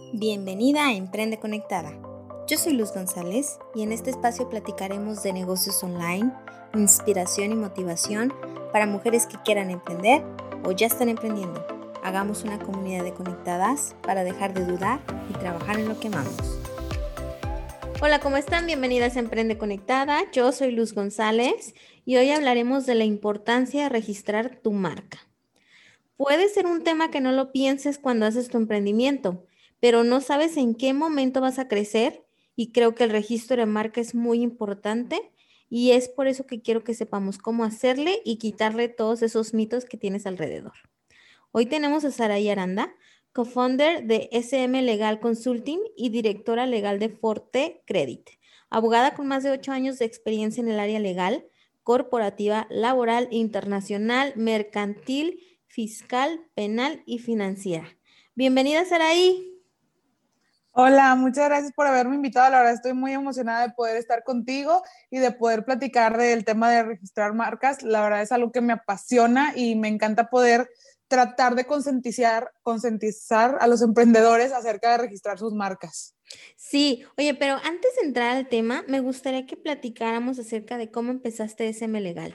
Bienvenida a Emprende Conectada. Yo soy Luz González y en este espacio platicaremos de negocios online, inspiración y motivación para mujeres que quieran emprender o ya están emprendiendo. Hagamos una comunidad de conectadas para dejar de dudar y trabajar en lo que amamos. Hola, ¿cómo están? Bienvenidas a Emprende Conectada. Yo soy Luz González y hoy hablaremos de la importancia de registrar tu marca. Puede ser un tema que no lo pienses cuando haces tu emprendimiento, pero no sabes en qué momento vas a crecer y creo que el registro de marca es muy importante y es por eso que quiero que sepamos cómo hacerle y quitarle todos esos mitos que tienes alrededor. Hoy tenemos a Saraí Aranda, co-founder de SM Legal Consulting y directora legal de Forte Credit, abogada con más de 8 años de experiencia en el área legal, corporativa, laboral, internacional, mercantil, fiscal, penal y financiera. Bienvenida, Saraí. Hola, muchas gracias por haberme invitado. La verdad estoy muy emocionada de poder estar contigo y de poder platicar del tema de registrar marcas. La verdad es algo que me apasiona y me encanta poder tratar de concientizar a los emprendedores acerca de registrar sus marcas. Sí, oye, pero antes de entrar al tema, me gustaría que platicáramos acerca de cómo empezaste SM Legal.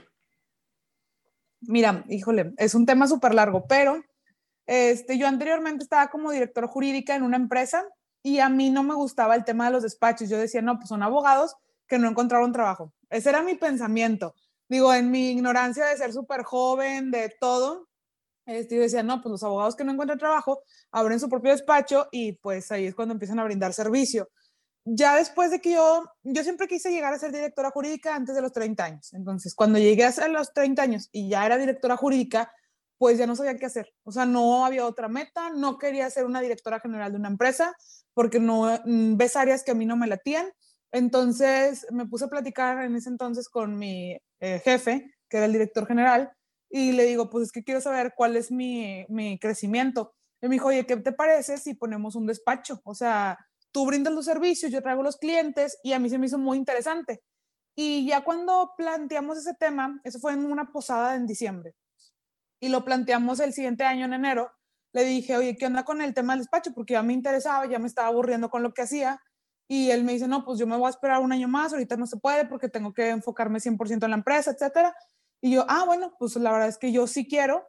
Mira, híjole, es un tema súper largo, pero yo anteriormente estaba como directora jurídica en una empresa y a mí no me gustaba el tema de los despachos. Yo decía, no, pues son abogados que no encontraron trabajo. Ese era mi pensamiento. Digo, en mi ignorancia de ser súper joven, de todo, yo decía, no, pues los abogados que no encuentran trabajo abren su propio despacho y pues ahí es cuando empiezan a brindar servicio. Ya después de que yo siempre quise llegar a ser directora jurídica antes de los 30 años. Entonces, cuando llegué a los 30 años y ya era directora jurídica, pues ya no sabía qué hacer. O sea, no había otra meta, no quería ser una directora general de una empresa porque no ves áreas que a mí no me latían. Entonces, me puse a platicar en ese entonces con mi jefe, que era el director general, y le digo, pues es que quiero saber cuál es mi crecimiento. Y me dijo, oye, ¿qué te parece si ponemos un despacho? O sea, tú brindas los servicios, yo traigo los clientes y a mí se me hizo muy interesante. Y ya cuando planteamos ese tema, eso fue en una posada en diciembre, y lo planteamos el siguiente año en enero, le dije, oye, ¿qué onda con el tema del despacho? Porque ya me interesaba, ya me estaba aburriendo con lo que hacía. Y él me dice, no, pues yo me voy a esperar un año más, ahorita no se puede porque tengo que enfocarme 100% en la empresa, etcétera. Y yo, bueno, pues la verdad es que yo sí quiero.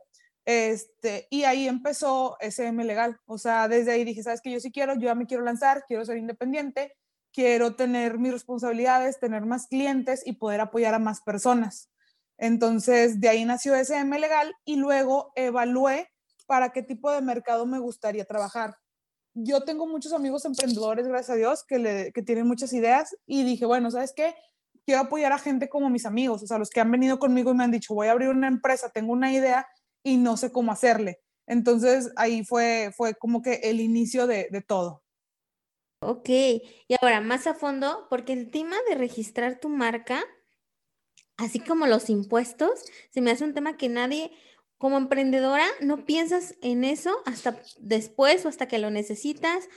Y ahí empezó SM Legal. O sea, desde ahí dije, ¿sabes qué? Yo sí quiero, yo ya me quiero lanzar, quiero ser independiente, quiero tener mis responsabilidades, tener más clientes y poder apoyar a más personas. Entonces, de ahí nació SM Legal y luego evalué para qué tipo de mercado me gustaría trabajar. Yo tengo muchos amigos emprendedores, gracias a Dios, que tienen muchas ideas y dije, bueno, ¿sabes qué? Quiero apoyar a gente como mis amigos, o sea, los que han venido conmigo y me han dicho, voy a abrir una empresa, tengo una idea y no sé cómo hacerle. Entonces, ahí fue como que el inicio de todo. Ok, y ahora más a fondo, porque el tema de registrar tu marca, así como los impuestos, se me hace un tema que nadie, como emprendedora, no piensas en eso hasta después o hasta que lo necesitas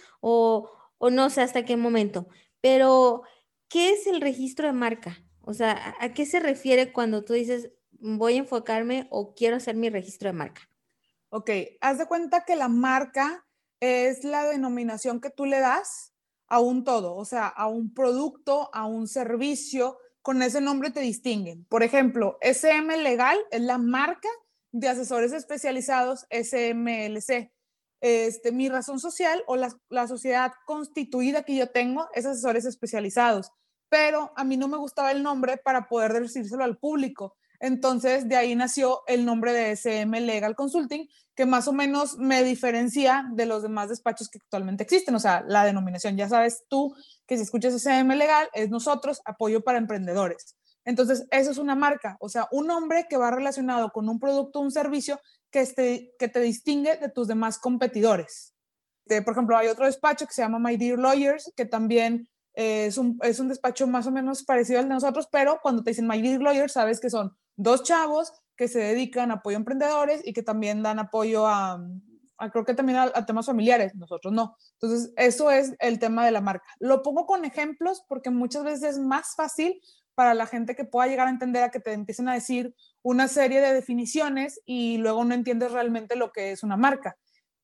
o no sé hasta qué momento. Pero, ¿qué es el registro de marca? O sea, ¿a qué se refiere cuando tú dices voy a enfocarme o quiero hacer mi registro de marca? Ok, haz de cuenta que la marca es la denominación que tú le das a un todo, o sea, a un producto, a un servicio, con ese nombre te distinguen. Por ejemplo, SM Legal es la marca de asesores especializados SMLC. Mi razón social o la sociedad constituida que yo tengo es asesores especializados, pero a mí no me gustaba el nombre para poder decírselo al público. Entonces, de ahí nació el nombre de SM Legal Consulting, que más o menos me diferencia de los demás despachos que actualmente existen. O sea, la denominación, ya sabes tú que si escuchas SM Legal, es nosotros, apoyo para emprendedores. Entonces, eso es una marca, o sea, un nombre que va relacionado con un producto o un servicio que te distingue de tus demás competidores. Por ejemplo, hay otro despacho que se llama My Dear Lawyers, que también es un despacho más o menos parecido al de nosotros, pero cuando te dicen My Dear Lawyers, sabes que son dos chavos que se dedican a apoyo a emprendedores y que también dan apoyo creo que también a temas familiares, nosotros no. Entonces, eso es el tema de la marca. Lo pongo con ejemplos porque muchas veces es más fácil para la gente que pueda llegar a entender a que te empiecen a decir una serie de definiciones y luego no entiendes realmente lo que es una marca.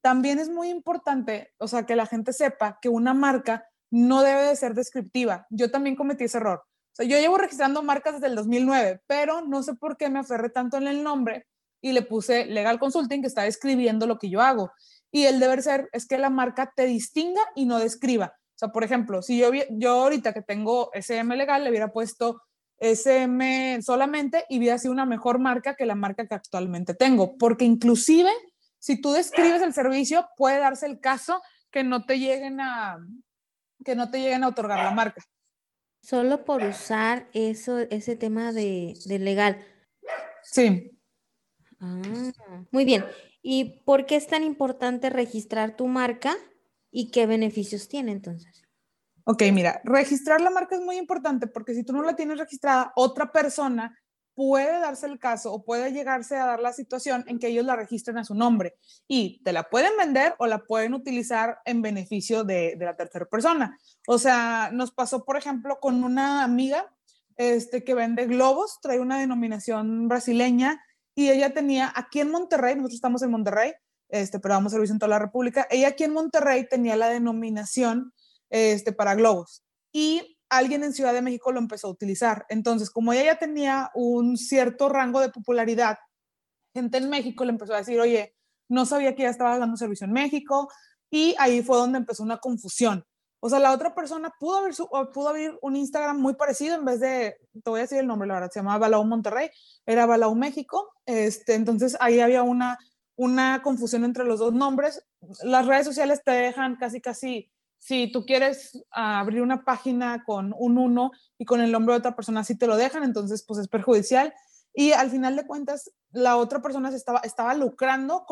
también es muy importante, o sea, que la gente sepa que una marca no debe de ser descriptiva. Yo también cometí ese error. O sea, yo llevo registrando marcas desde el 2009, pero no sé por qué me aferré tanto en el nombre y le puse Legal Consulting, que está describiendo lo que yo hago. Y el deber ser es que la marca te distinga y no describa. O sea, por ejemplo, si yo ahorita que tengo SM Legal, le hubiera puesto SM solamente y hubiera sido una mejor marca que la marca que actualmente tengo. Porque inclusive, si tú describes el servicio, puede darse el caso que no te lleguen a, que no te lleguen a otorgar la marca. Solo por usar eso, ese tema de legal. Sí. Ah, muy bien. ¿Y por qué es tan importante registrar tu marca y qué beneficios tiene entonces? Ok, mira, registrar la marca es muy importante porque si tú no la tienes registrada, otra persona puede darse el caso o puede llegarse a dar la situación en que ellos la registren a su nombre y te la pueden vender o la pueden utilizar en beneficio de la tercera persona. O sea, nos pasó, por ejemplo, con una amiga que vende globos, trae una denominación brasileña y ella tenía aquí en Monterrey, nosotros estamos en Monterrey, pero damos servicio en toda la República, ella aquí en Monterrey tenía la denominación para globos. Y alguien en Ciudad de México lo empezó a utilizar. Entonces, como ella ya tenía un cierto rango de popularidad, gente en México le empezó a decir, oye, no sabía que ya estaba dando servicio en México, y ahí fue donde empezó una confusión. O sea, la otra persona pudo abrir un Instagram muy parecido, en vez de, te voy a decir el nombre, la verdad, se llamaba Balau Monterrey, era Balau México, entonces ahí había una confusión entre los dos nombres. Las redes sociales te dejan casi, si tú quieres abrir una página con un uno y con el nombre de otra persona, sí te lo dejan, entonces pues es perjudicial. Y al final de cuentas, la otra persona estaba lucrando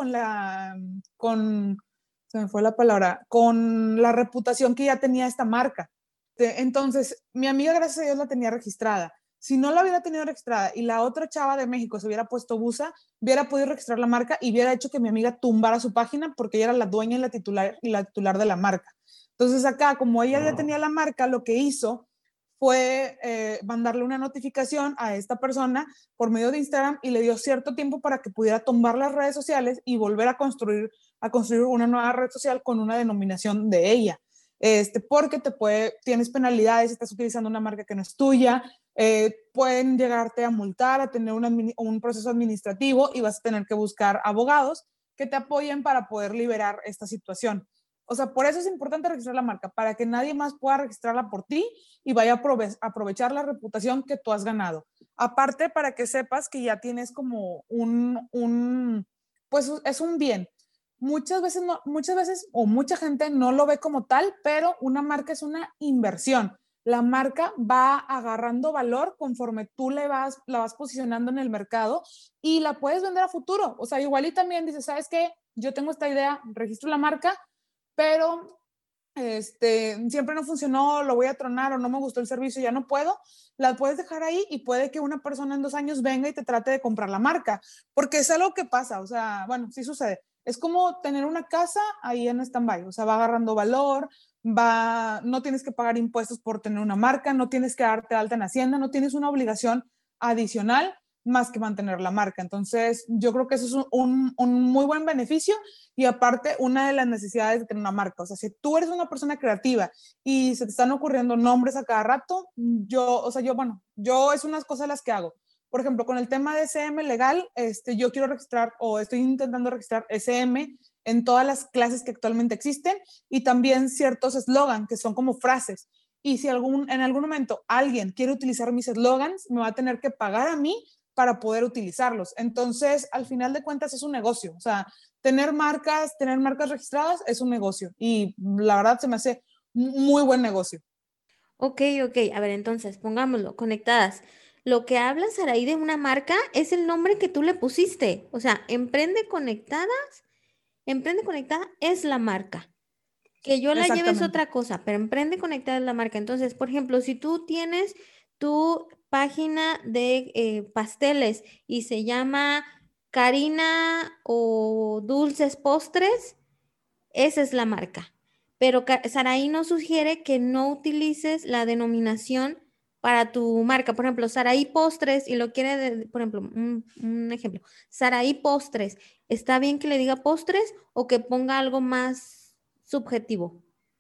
se me fue la palabra, con la reputación que ya tenía esta marca. Entonces, mi amiga, gracias a Dios, la tenía registrada. Si no la hubiera tenido registrada y la otra chava de México se hubiera puesto Busa, hubiera podido registrar la marca y hubiera hecho que mi amiga tumbara su página porque ella era la dueña y la titular de la marca. Entonces acá, como ella ya tenía la marca, lo que hizo fue mandarle una notificación a esta persona por medio de Instagram y le dio cierto tiempo para que pudiera tomar las redes sociales y volver a construir una nueva red social con una denominación de ella. Porque tienes penalidades si estás utilizando una marca que no es tuya, pueden llegarte a multar, a tener un proceso administrativo y vas a tener que buscar abogados que te apoyen para poder liberar esta situación. O sea, por eso es importante registrar la marca, para que nadie más pueda registrarla por ti y vaya a aprovechar la reputación que tú has ganado. Aparte, para que sepas que ya tienes como pues es un bien. Muchas veces o mucha gente no lo ve como tal, pero una marca es una inversión. La marca va agarrando valor conforme tú la vas posicionando en el mercado y la puedes vender a futuro. O sea, igual y también dices, ¿sabes qué? Yo tengo esta idea, registro la marca, pero siempre no funcionó, lo voy a tronar o no me gustó el servicio, ya no puedo, la puedes dejar ahí y puede que una persona en 2 años venga y te trate de comprar la marca, porque es algo que pasa, o sea, bueno, sí sucede. Es como tener una casa ahí en stand-by, o sea, va agarrando valor, no tienes que pagar impuestos por tener una marca, no tienes que darte alta en Hacienda, no tienes una obligación adicional más que mantener la marca. Entonces, yo creo que eso es un muy buen beneficio y aparte una de las necesidades de tener una marca. O sea, si tú eres una persona creativa y se te están ocurriendo nombres a cada rato, yo es unas cosas las que hago. Por ejemplo, con el tema de SM legal, yo quiero registrar o estoy intentando registrar SM en todas las clases que actualmente existen y también ciertos eslogans que son como frases. Y si en algún momento alguien quiere utilizar mis eslogans, me va a tener que pagar a mí para poder utilizarlos. Entonces, al final de cuentas, es un negocio. O sea, tener marcas registradas es un negocio y la verdad se me hace muy buen negocio. Ok, ok. A ver, entonces, pongámoslo, conectadas. Lo que hablas, Saraí, de una marca es el nombre que tú le pusiste. O sea, Emprende Conectada es la marca. Que yo la lleve es Exactamente. otra cosa, pero Emprende Conectada es la marca. Entonces, por ejemplo, si tú tienes tu página de pasteles y se llama Karina o Dulces Postres, esa es la marca. Pero Saraí nos sugiere que no utilices la denominación para tu marca. Por ejemplo, Saraí Postres y lo quiere, por ejemplo, un ejemplo, Saraí Postres. ¿Está bien que le diga postres o que ponga algo más subjetivo?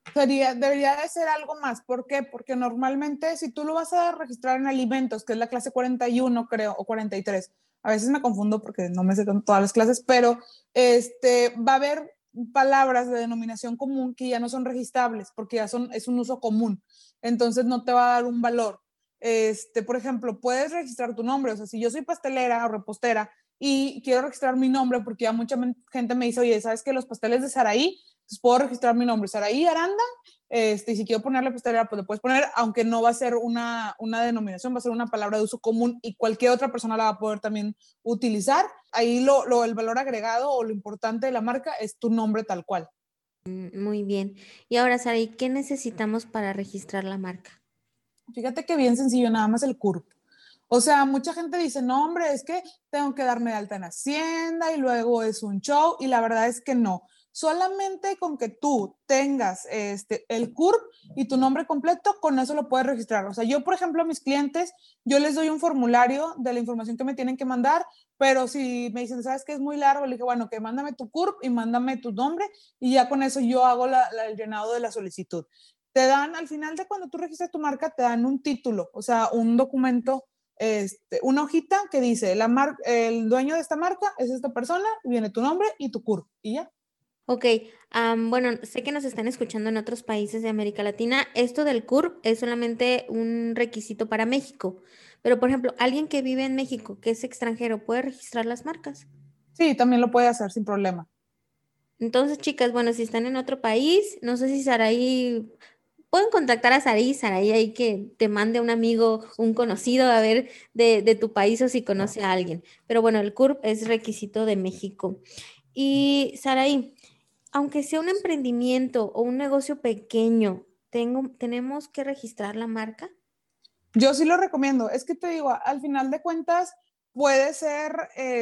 Debería de ser algo más. ¿Por qué? Porque normalmente si tú lo vas a registrar en alimentos, que es la clase 41, creo, o 43, a veces me confundo porque no me sé todas las clases, pero va a haber palabras de denominación común que ya no son registrables porque es un uso común. Entonces no te va a dar un valor. Por ejemplo, puedes registrar tu nombre. O sea, si yo soy pastelera o repostera y quiero registrar mi nombre porque ya mucha gente me dice, oye, ¿sabes que los pasteles de Saraí? Entonces puedo registrar mi nombre, Saraí Aranda, y si quiero ponerle pastelera, pues le puedes poner, aunque no va a ser una denominación, va a ser una palabra de uso común y cualquier otra persona la va a poder también utilizar. Ahí el valor agregado o lo importante de la marca es tu nombre tal cual. Muy bien. Y ahora, Saraí, ¿qué necesitamos para registrar la marca? Fíjate que bien sencillo, nada más el CURP. O sea, mucha gente dice, no, hombre, es que tengo que darme de alta en Hacienda y luego es un show, y la verdad es que no. Solamente con que tú tengas el CURP y tu nombre completo, con eso lo puedes registrar. O sea, yo, por ejemplo, a mis clientes, yo les doy un formulario de la información que me tienen que mandar, pero si me dicen, ¿sabes qué? Es muy largo, le dije, bueno, que mándame tu CURP y mándame tu nombre, y ya con eso yo hago el llenado de la solicitud. Te dan, al final de cuando tú registras tu marca, te dan un título, o sea, un documento, una hojita que dice, el dueño de esta marca es esta persona, viene tu nombre y tu CURP, y ya. Ok, bueno, sé que nos están escuchando en otros países de América Latina. Esto del CURP es solamente un requisito para México, pero por ejemplo, alguien que vive en México, que es extranjero, ¿puede registrar las marcas? Sí, también lo puede hacer sin problema. Entonces, chicas, bueno, si están en otro país, no sé si Saraí, pueden contactar a Saraí ahí que te mande un amigo, un conocido, a ver de tu país o si conoce a alguien. Pero bueno, el CURP es requisito de México. Y Saraí, aunque sea un emprendimiento o un negocio pequeño, tenemos que registrar la marca. Yo sí lo recomiendo. Es que te digo, al final de cuentas puede ser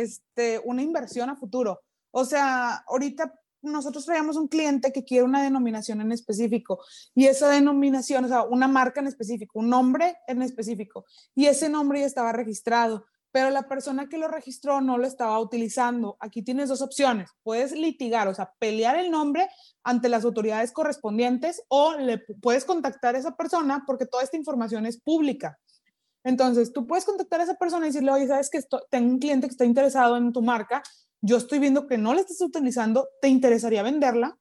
una inversión a futuro. O sea, ahorita nosotros traíamos un cliente que quiere una denominación en específico y esa denominación, o sea, una marca en específico, un nombre en específico, y ese nombre ya estaba registrado, pero la persona que lo registró no lo estaba utilizando. Aquí tienes dos opciones. Puedes litigar, o sea, pelear el nombre ante las autoridades correspondientes o le puedes contactar a esa persona porque toda esta información es pública. Entonces, tú puedes contactar a esa persona y decirle, oye, sabes que tengo un cliente que está interesado en tu marca, yo estoy viendo que no la estás utilizando, ¿te interesaría venderla?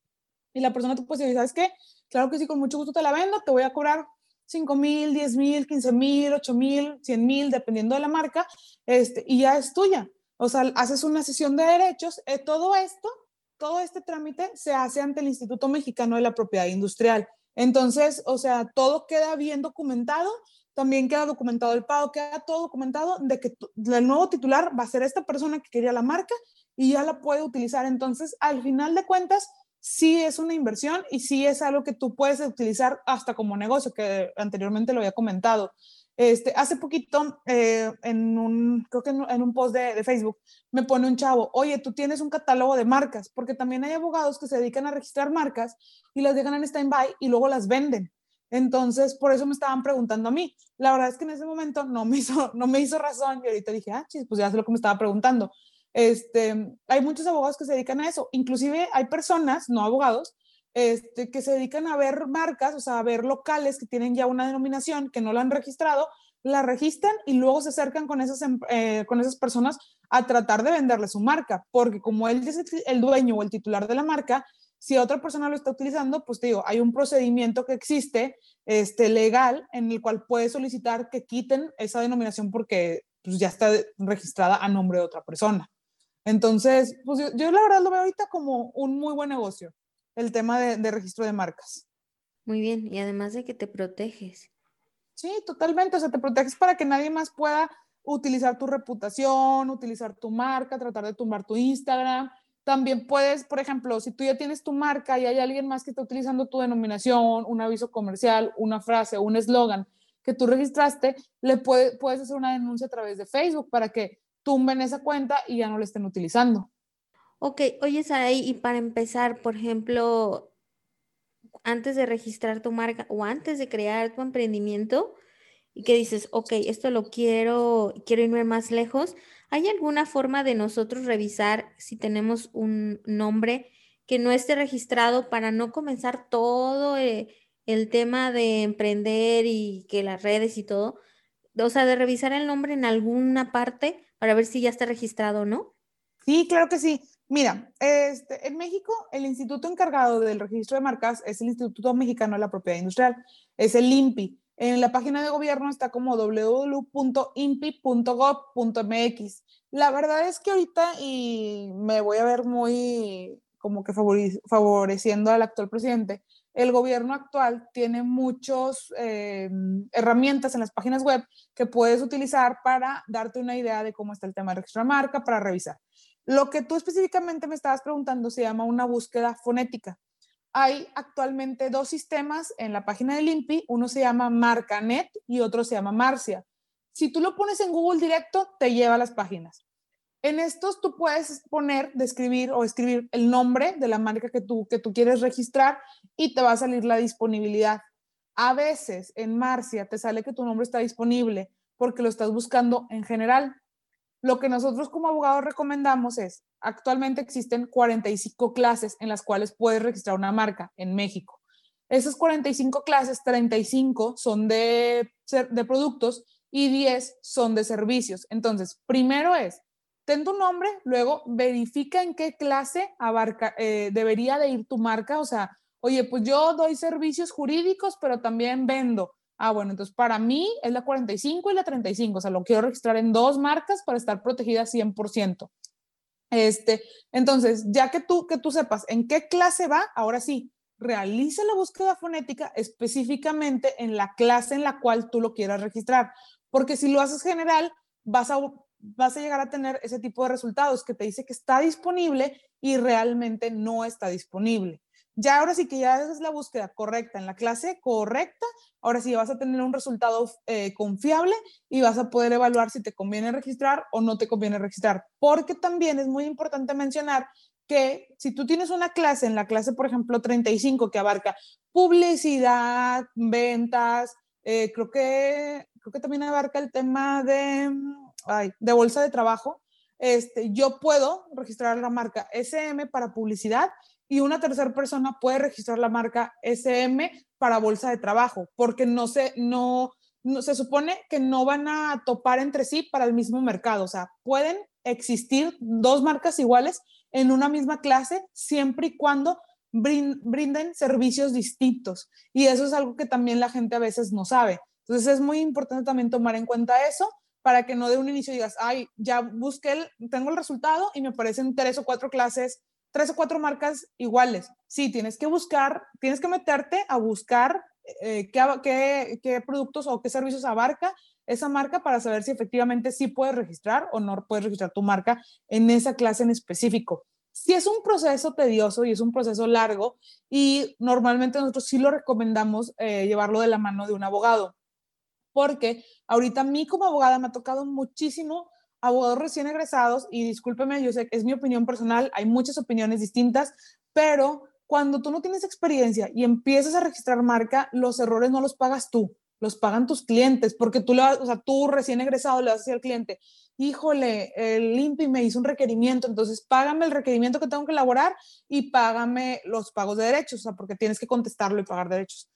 Y la persona te puede decir, ¿sabes qué? Claro que sí, con mucho gusto te la vendo, te voy a cobrar 5,000, 10,000, 15,000, 8,000, 100,000, dependiendo de la marca, y ya es tuya. O sea, haces una sesión de derechos, todo este trámite se hace ante el Instituto Mexicano de la Propiedad Industrial. Entonces, o sea, todo queda bien documentado, también queda documentado el pago, queda todo documentado de que el nuevo titular va a ser esta persona que quería la marca y ya la puede utilizar. Entonces, al final de cuentas, sí es una inversión y sí es algo que tú puedes utilizar hasta como negocio, que anteriormente lo había comentado. Hace poquito, creo que en un post de Facebook, me pone un chavo, oye, tú tienes un catálogo de marcas, porque también hay abogados que se dedican a registrar marcas y las dejan en stand-by y luego las venden. Entonces, por eso me estaban preguntando a mí. La verdad es que en ese momento no me hizo razón y ahorita dije, chis, pues ya sé lo que me estaba preguntando. Hay muchos abogados que se dedican a eso. Inclusive hay personas, no abogados, que se dedican a ver marcas, o sea, a ver locales que tienen ya una denominación, que no la han registrado, la registran y luego se acercan con esas personas a tratar de venderle su marca, porque como él es el dueño o el titular de la marca, si otra persona lo está utilizando, pues te digo, hay un procedimiento que existe legal en el cual puede solicitar que quiten esa denominación porque pues, ya está registrada a nombre de otra persona. Entonces, pues yo la verdad lo veo ahorita como un muy buen negocio, el tema de registro de marcas. Muy bien, y además de que te proteges. Sí, totalmente, o sea, te proteges para que nadie más pueda utilizar tu reputación, utilizar tu marca, tratar de tumbar tu Instagram. También puedes, por ejemplo, si tú ya tienes tu marca y hay alguien más que está utilizando tu denominación, un aviso comercial, una frase, un eslogan que tú registraste, puedes hacer una denuncia a través de Facebook para que tumben esa cuenta y ya no la estén utilizando. Ok, oye, Saraí, y para empezar, por ejemplo, antes de registrar tu marca o antes de crear tu emprendimiento, y que dices, ok, esto lo quiero irme más lejos, ¿hay alguna forma de nosotros revisar si tenemos un nombre que no esté registrado para no comenzar todo el tema de emprender y que las redes y todo? O sea, de revisar el nombre en alguna parte para ver si ya está registrado o no. Sí, claro que sí. Mira, en México el instituto encargado del registro de marcas es el Instituto Mexicano de la Propiedad Industrial, es el INPI. En la página de gobierno está como www.inpi.gov.mx. La verdad es que ahorita, y me voy a ver muy como que favoreciendo al actual presidente, el gobierno actual tiene muchas herramientas en las páginas web que puedes utilizar para darte una idea de cómo está el tema de registro de marca, para revisar. Lo que tú específicamente me estabas preguntando se llama una búsqueda fonética. Hay actualmente dos sistemas en la página del INPI, uno se llama MarcaNet y otro se llama Marcia. Si tú lo pones en Google directo, te lleva a las páginas. En estos tú puedes poner, describir o escribir el nombre de la marca que tú quieres registrar y te va a salir la disponibilidad. A veces en Marcia te sale que tu nombre está disponible porque lo estás buscando en general. Lo que nosotros como abogados recomendamos es, actualmente existen 45 clases en las cuales puedes registrar una marca en México. Esas 45 clases, 35 son de productos y 10 son de servicios. Entonces, primero es, ten tu nombre, luego verifica en qué clase debería de ir tu marca. O sea, oye, pues yo doy servicios jurídicos, pero también vendo. Ah, bueno, entonces para mí es la 45 y la 35, o sea, lo quiero registrar en dos marcas para estar protegida 100%. Entonces, ya que tú sepas en qué clase va, ahora sí, realiza la búsqueda fonética específicamente en la clase en la cual tú lo quieras registrar, porque si lo haces general, vas a llegar a tener ese tipo de resultados que te dice que está disponible y realmente no está disponible. Ya ahora sí que ya haces la búsqueda correcta en la clase correcta, ahora sí vas a tener un resultado confiable y vas a poder evaluar si te conviene registrar o no te conviene registrar. Porque también es muy importante mencionar que si tú tienes una clase, en la clase, por ejemplo, 35, que abarca publicidad, ventas, creo que también abarca el tema de bolsa de trabajo, yo puedo registrar la marca SM para publicidad y una tercera persona puede registrar la marca SM para bolsa de trabajo, porque no se supone que no van a topar entre sí para el mismo mercado. O sea, pueden existir dos marcas iguales en una misma clase siempre y cuando brinden servicios distintos. Y eso es algo que también la gente a veces no sabe. Entonces es muy importante también tomar en cuenta eso para que no de un inicio digas, ay, ya tengo el resultado y me aparecen tres o cuatro marcas iguales. Sí, tienes que meterte a buscar qué productos o qué servicios abarca esa marca para saber si efectivamente sí puedes registrar o no puedes registrar tu marca en esa clase en específico. Sí es un proceso tedioso y es un proceso largo y normalmente nosotros sí lo recomendamos llevarlo de la mano de un abogado, porque ahorita a mí como abogada me ha tocado muchísimo abogados recién egresados y discúlpeme, yo sé que es mi opinión personal, hay muchas opiniones distintas, pero cuando tú no tienes experiencia y empiezas a registrar marca, los errores no los pagas tú, los pagan tus clientes, porque o sea, tú recién egresado le vas a decir al cliente, híjole, el INPI me hizo un requerimiento, entonces págame el requerimiento que tengo que elaborar y págame los pagos de derechos, o sea, porque tienes que contestarlo y pagar derechos.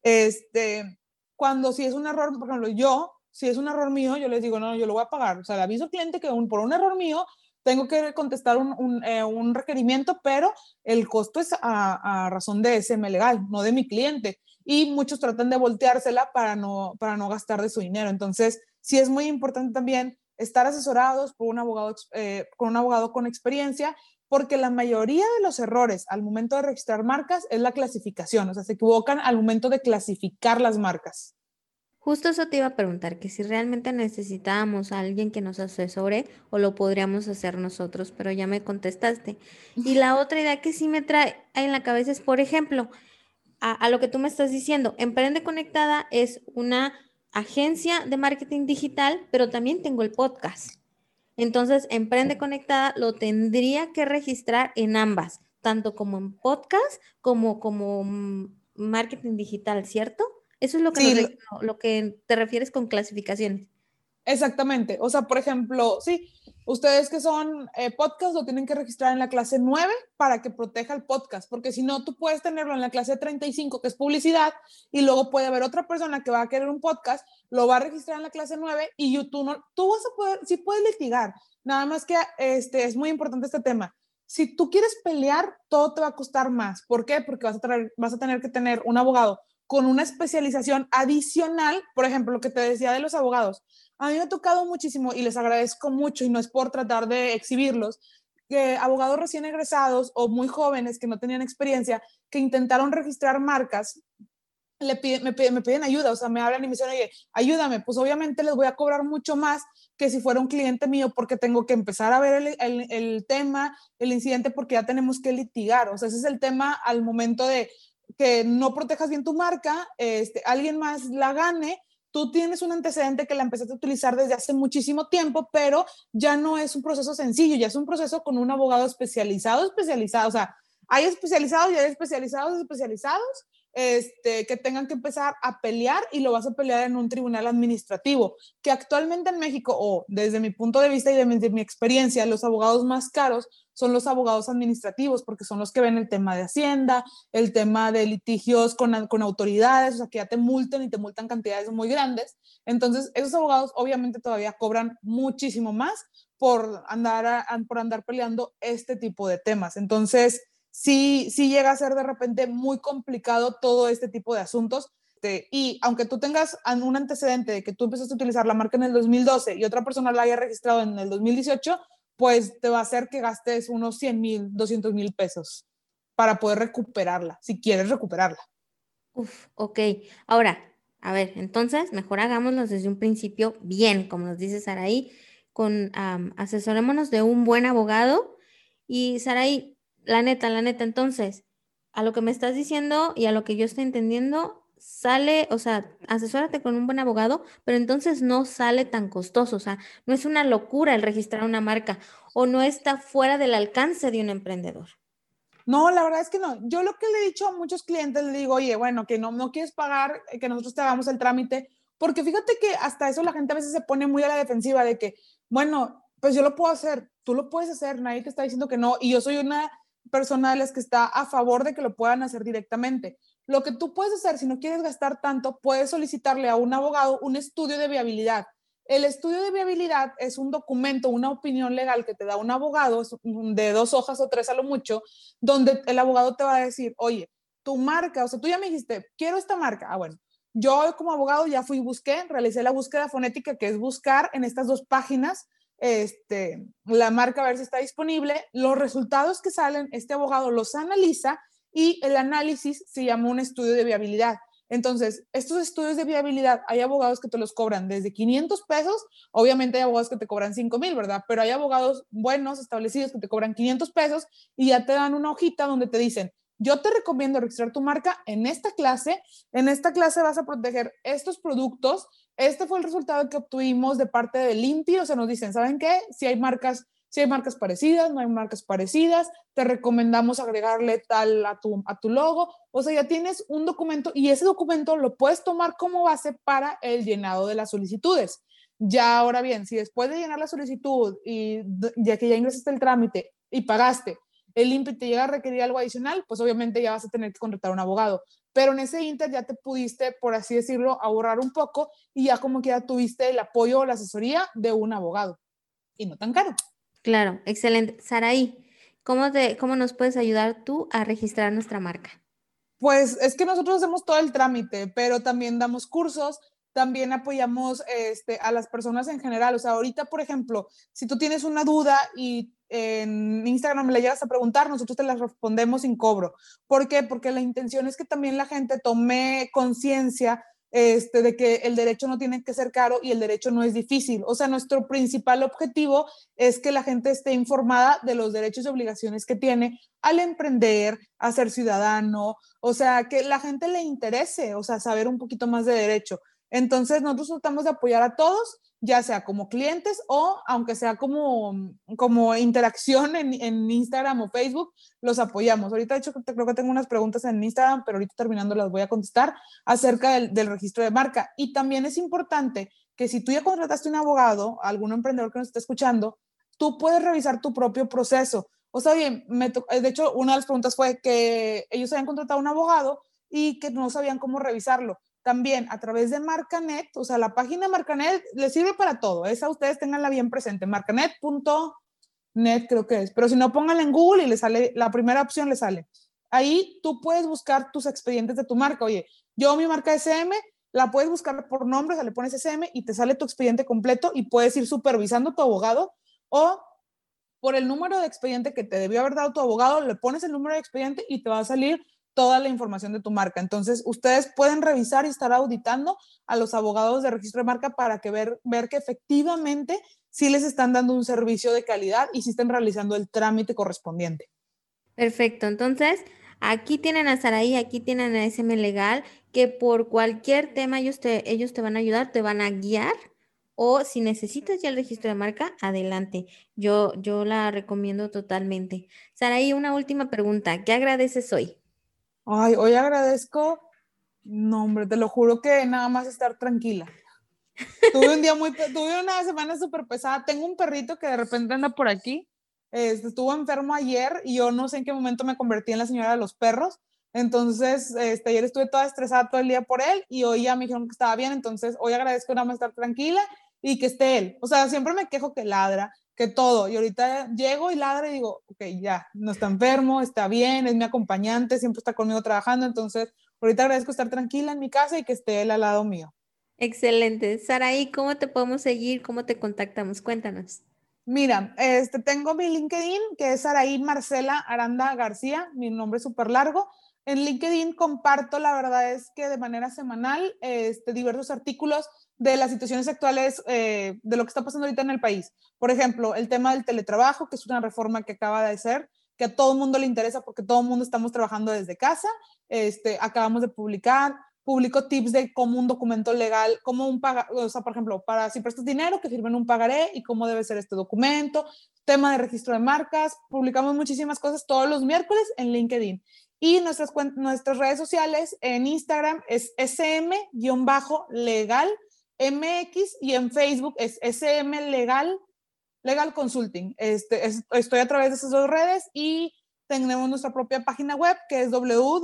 Cuando si es un error, por ejemplo, si es un error mío, yo les digo, no, yo lo voy a pagar. O sea, le aviso al cliente que por un error mío tengo que contestar un requerimiento, pero el costo es a razón de SM legal, no de mi cliente. Y muchos tratan de volteársela para no gastar de su dinero. Entonces, sí es muy importante también estar asesorados por con un abogado con experiencia, porque la mayoría de los errores al momento de registrar marcas es la clasificación, o sea, se equivocan al momento de clasificar las marcas. Justo eso te iba a preguntar, que si realmente necesitábamos a alguien que nos asesore o lo podríamos hacer nosotros, pero ya me contestaste. Y la otra idea que sí me trae en la cabeza es, por ejemplo, a lo que tú me estás diciendo, Emprende Conectada es una agencia de marketing digital, pero también tengo el podcast. Entonces, Emprende Conectada lo tendría que registrar en ambas, tanto como en podcast como marketing digital, ¿cierto? Eso es lo que, Sí, lo que te refieres con clasificaciones. exactamente. O sea, por ejemplo, sí, ustedes que son podcast lo tienen que registrar en la clase 9 para que proteja el podcast, porque si no, tú puedes tenerlo en la clase 35, que es publicidad, y luego puede haber otra persona que va a querer un podcast, lo va a registrar en la clase 9 y YouTube no, tú vas a poder, sí puedes litigar, nada más que es muy importante este tema. Si tú quieres pelear, todo te va a costar más. ¿Por qué? Porque vas a tener que tener un abogado con una especialización adicional, por ejemplo, lo que te decía de los abogados. A mí me ha tocado muchísimo y les agradezco mucho y no es por tratar de exhibirlos, que abogados recién egresados o muy jóvenes que no tenían experiencia, que intentaron registrar marcas, me piden ayuda, o sea, me hablan y me dicen, oye, ayúdame, pues obviamente les voy a cobrar mucho más que si fuera un cliente mío porque tengo que empezar a ver el tema, el incidente, porque ya tenemos que litigar, o sea, ese es el tema al momento de que no protejas bien tu marca, alguien más la gane, tú tienes un antecedente que la empezaste a utilizar desde hace muchísimo tiempo, pero ya no es un proceso sencillo, ya es un proceso con un abogado especializado, o sea, hay especializados y hay especializados, que tengan que empezar a pelear y lo vas a pelear en un tribunal administrativo, que actualmente en México, o desde mi punto de vista y de mi experiencia, los abogados más caros son los abogados administrativos, porque son los que ven el tema de Hacienda, el tema de litigios con autoridades, o sea, que ya te multen y te multan cantidades muy grandes. Entonces, esos abogados obviamente todavía cobran muchísimo más por andar peleando este tipo de temas. Entonces, sí llega a ser de repente muy complicado todo este tipo de asuntos. Y aunque tú tengas un antecedente de que tú empezaste a utilizar la marca en el 2012 y otra persona la haya registrado en el 2018, pues te va a hacer que gastes unos 100,000, 200,000 pesos para poder recuperarla, si quieres recuperarla. Uf, ok. Ahora, a ver, entonces mejor hagámoslo desde un principio bien, como nos dice Saraí, asesorémonos de un buen abogado. Y Saraí, la neta, entonces, a lo que me estás diciendo y a lo que yo estoy entendiendo, sale, o sea, asesórate con un buen abogado, pero entonces no sale tan costoso, o sea, no es una locura el registrar una marca o no está fuera del alcance de un emprendedor. No, la verdad es que no. Yo lo que le he dicho a muchos clientes, le digo, oye, bueno, que no quieres pagar, que nosotros te hagamos el trámite, porque fíjate que hasta eso la gente a veces se pone muy a la defensiva de que, bueno, pues yo lo puedo hacer, tú lo puedes hacer, nadie te está diciendo que no, y yo soy una persona de las que está a favor de que lo puedan hacer directamente. Lo que tú puedes hacer, si no quieres gastar tanto, puedes solicitarle a un abogado un estudio de viabilidad. El estudio de viabilidad es un documento, una opinión legal que te da un abogado de 2 hojas o 3 a lo mucho, donde el abogado te va a decir, oye, tu marca, o sea, tú ya me dijiste, quiero esta marca. Ah, bueno, yo como abogado ya fui y busqué, realicé la búsqueda fonética, que es buscar en estas 2 páginas la marca, a ver si está disponible. Los resultados que salen, este abogado los analiza y el análisis se llama un estudio de viabilidad. Entonces, estos estudios de viabilidad, hay abogados que te los cobran desde 500 pesos, obviamente hay abogados que te cobran 5,000, ¿verdad? Pero hay abogados buenos, establecidos, que te cobran 500 pesos y ya te dan una hojita donde te dicen, yo te recomiendo registrar tu marca en esta clase vas a proteger estos productos, este fue el resultado que obtuvimos de parte de Limpio, o sea, nos dicen, ¿saben qué? Si hay marcas parecidas, no hay marcas parecidas, te recomendamos agregarle tal a tu logo, o sea, ya tienes un documento y ese documento lo puedes tomar como base para el llenado de las solicitudes. Ya ahora bien, si después de llenar la solicitud y ya que ya ingresaste el trámite y pagaste, el INPI te llega a requerir algo adicional, pues obviamente ya vas a tener que contratar a un abogado. Pero en ese inter ya te pudiste, por así decirlo, ahorrar un poco y ya como que ya tuviste el apoyo o la asesoría de un abogado y no tan caro. Claro, excelente. Saraí, cómo nos puedes ayudar tú a registrar nuestra marca? Pues es que nosotros hacemos todo el trámite, pero también damos cursos, también apoyamos a las personas en general. O sea, ahorita, por ejemplo, si tú tienes una duda y en Instagram me la llegas a preguntar, nosotros te la respondemos sin cobro. ¿Por qué? Porque la intención es que también la gente tome conciencia de que el derecho no tiene que ser caro y el derecho no es difícil. O sea, nuestro principal objetivo es que la gente esté informada de los derechos y obligaciones que tiene al emprender, a ser ciudadano, o sea, que la gente le interese, o sea, saber un poquito más de derecho. Entonces, nosotros tratamos de apoyar a todos, ya sea como clientes o aunque sea como interacción en Instagram o Facebook, los apoyamos. Ahorita, de hecho, creo que tengo unas preguntas en Instagram, pero ahorita terminando las voy a contestar acerca del registro de marca. Y también es importante que si tú ya contrataste un abogado, algún emprendedor que nos esté escuchando, tú puedes revisar tu propio proceso. O sea, bien, de hecho, una de las preguntas fue que ellos habían contratado un abogado y que no sabían cómo revisarlo. También a través de Marcanet, o sea, la página Marcanet les sirve para todo. Esa ustedes tenganla bien presente, marcanet.net creo que es. Pero si no, pónganla en Google y les sale, la primera opción les sale. Ahí tú puedes buscar tus expedientes de tu marca. Oye, yo mi marca SM, la puedes buscar por nombre, o sea, le pones SM y te sale tu expediente completo y puedes ir supervisando tu abogado o por el número de expediente que te debió haber dado tu abogado, le pones el número de expediente y te va a salir toda la información de tu marca. Entonces, ustedes pueden revisar y estar auditando a los abogados de registro de marca para que ver que efectivamente sí les están dando un servicio de calidad y sí están realizando el trámite correspondiente. Perfecto, entonces aquí tienen a Saraí, aquí tienen a SM Legal, que por cualquier tema ellos te van a ayudar, te van a guiar, o si necesitas ya el registro de marca, adelante. Yo la recomiendo totalmente. Saraí, una última pregunta. ¿Qué agradeces hoy? Ay, hoy agradezco, no hombre, te lo juro que nada más estar tranquila. Tuve una semana súper pesada. Tengo un perrito que de repente anda por aquí. Estuvo enfermo ayer y yo no sé en qué momento me convertí en la señora de los perros. Entonces, ayer estuve toda estresada todo el día por él y hoy ya me dijeron que estaba bien. Entonces, hoy agradezco nada más estar tranquila y que esté él. O sea, siempre me quejo que ladra, que todo. Y ahorita llego y ladra y digo, ok, ya, no está enfermo, está bien, es mi acompañante, siempre está conmigo trabajando. Entonces, ahorita agradezco estar tranquila en mi casa y que esté él al lado mío. Excelente. Saraí, ¿cómo te podemos seguir? ¿Cómo te contactamos? Cuéntanos. Mira, tengo mi LinkedIn, que es Saraí Marcela Aranda García, mi nombre es súper largo. En LinkedIn comparto, la verdad es que de manera semanal, diversos artículos de las situaciones actuales de lo que está pasando ahorita en el país. Por ejemplo, el tema del teletrabajo, que es una reforma que acaba de ser, que a todo el mundo le interesa porque todo el mundo estamos trabajando desde casa. Acabamos de publico tips de cómo un documento legal, cómo o sea, por ejemplo, para si prestas dinero, que firmen un pagaré y cómo debe ser este documento, tema de registro de marcas, publicamos muchísimas cosas todos los miércoles en LinkedIn. Y nuestras redes sociales en Instagram es sm-legal mx y en Facebook es sm-legal Consulting. Estoy a través de esas dos redes y tenemos nuestra propia página web que es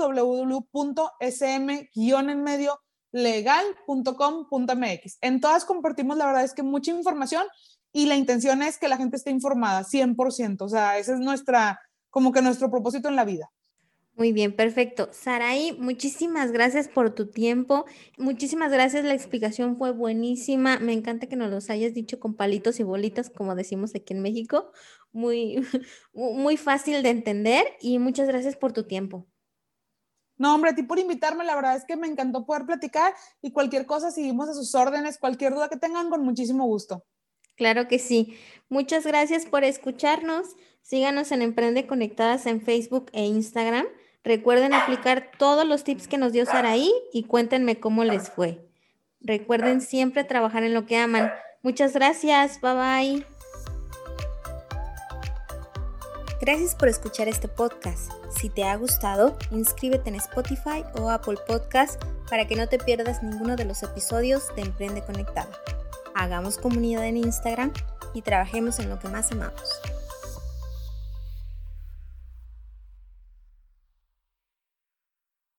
www.sm-legal.com.mx. En todas compartimos, la verdad es que mucha información y la intención es que la gente esté informada 100%. O sea, ese es como que nuestro propósito en la vida. Muy bien, perfecto. Saraí, muchísimas gracias por tu tiempo. Muchísimas gracias, la explicación fue buenísima. Me encanta que nos los hayas dicho con palitos y bolitas, como decimos aquí en México. Muy, muy fácil de entender y muchas gracias por tu tiempo. No, hombre, a ti por invitarme, la verdad es que me encantó poder platicar y cualquier cosa seguimos a sus órdenes, cualquier duda que tengan, con muchísimo gusto. Claro que sí. Muchas gracias por escucharnos. Síganos en Emprende Conectadas en Facebook e Instagram. Recuerden aplicar todos los tips que nos dio Saraí y cuéntenme cómo les fue. Recuerden siempre trabajar en lo que aman. Muchas gracias. Bye bye. Gracias por escuchar este podcast. Si te ha gustado, inscríbete en Spotify o Apple Podcast para que no te pierdas ninguno de los episodios de Emprende Conectada. Hagamos comunidad en Instagram y trabajemos en lo que más amamos.